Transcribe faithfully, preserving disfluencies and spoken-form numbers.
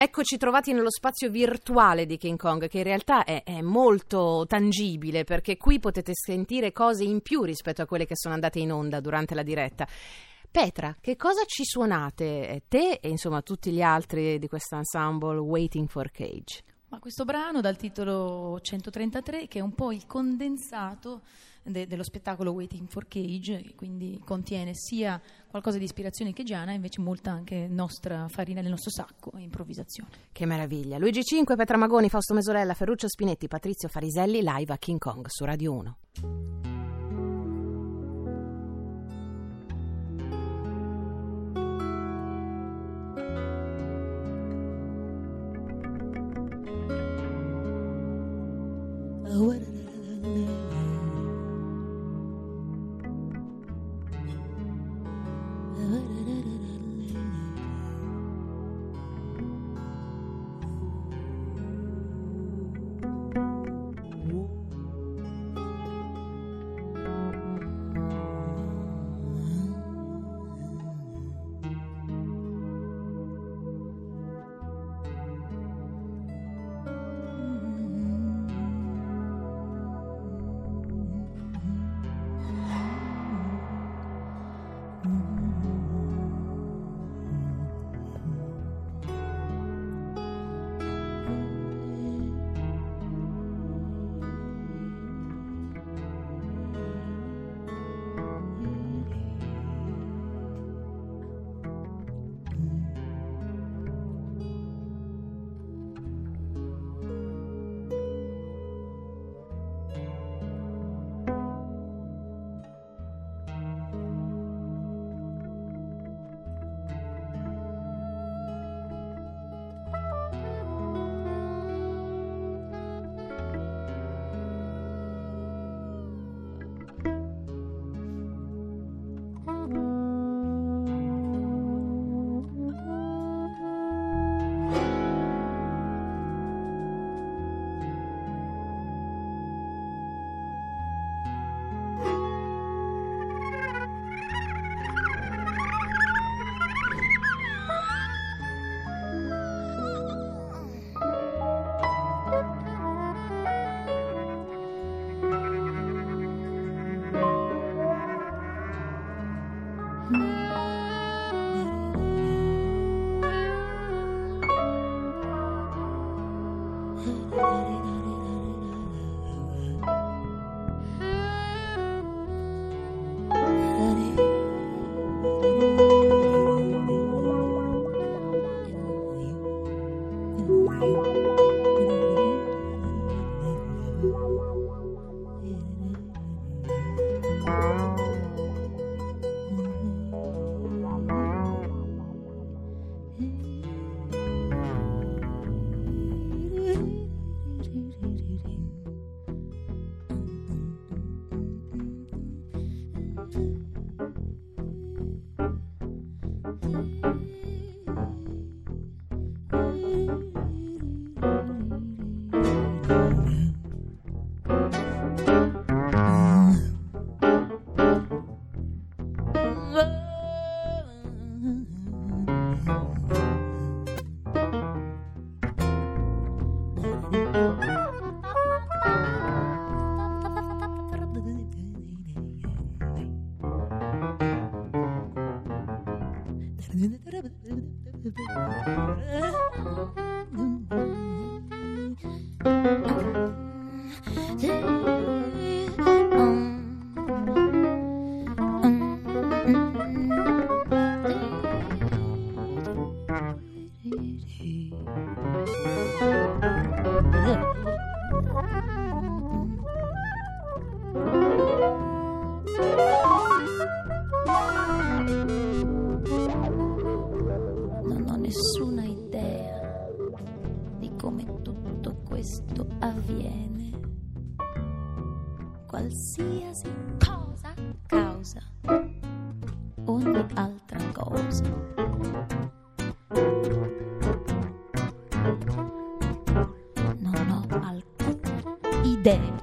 Eccoci trovati nello spazio virtuale di King Kong, che in realtà è, è molto tangibile, perché qui potete sentire cose in più rispetto a quelle che sono andate in onda durante la diretta. Petra, che cosa ci suonate te e insomma tutti gli altri di questo ensemble Waiting for Cage? Ma questo brano dal titolo centotrentatré, che è un po' il condensato de- dello spettacolo Waiting for Cage, quindi contiene sia qualcosa di ispirazione cagiana e invece molta anche nostra farina nel nostro sacco e improvvisazione. Che meraviglia! Luigi Cinque, Petra Magoni, Fausto Mesolella, Ferruccio Spinetti, Patrizio Fariselli, live a King Kong su Radio uno. Non ho nessuna idea di come tutto questo avviene. Qualsiasi cosa causa ogni altra cosa. Non ho alcuna idea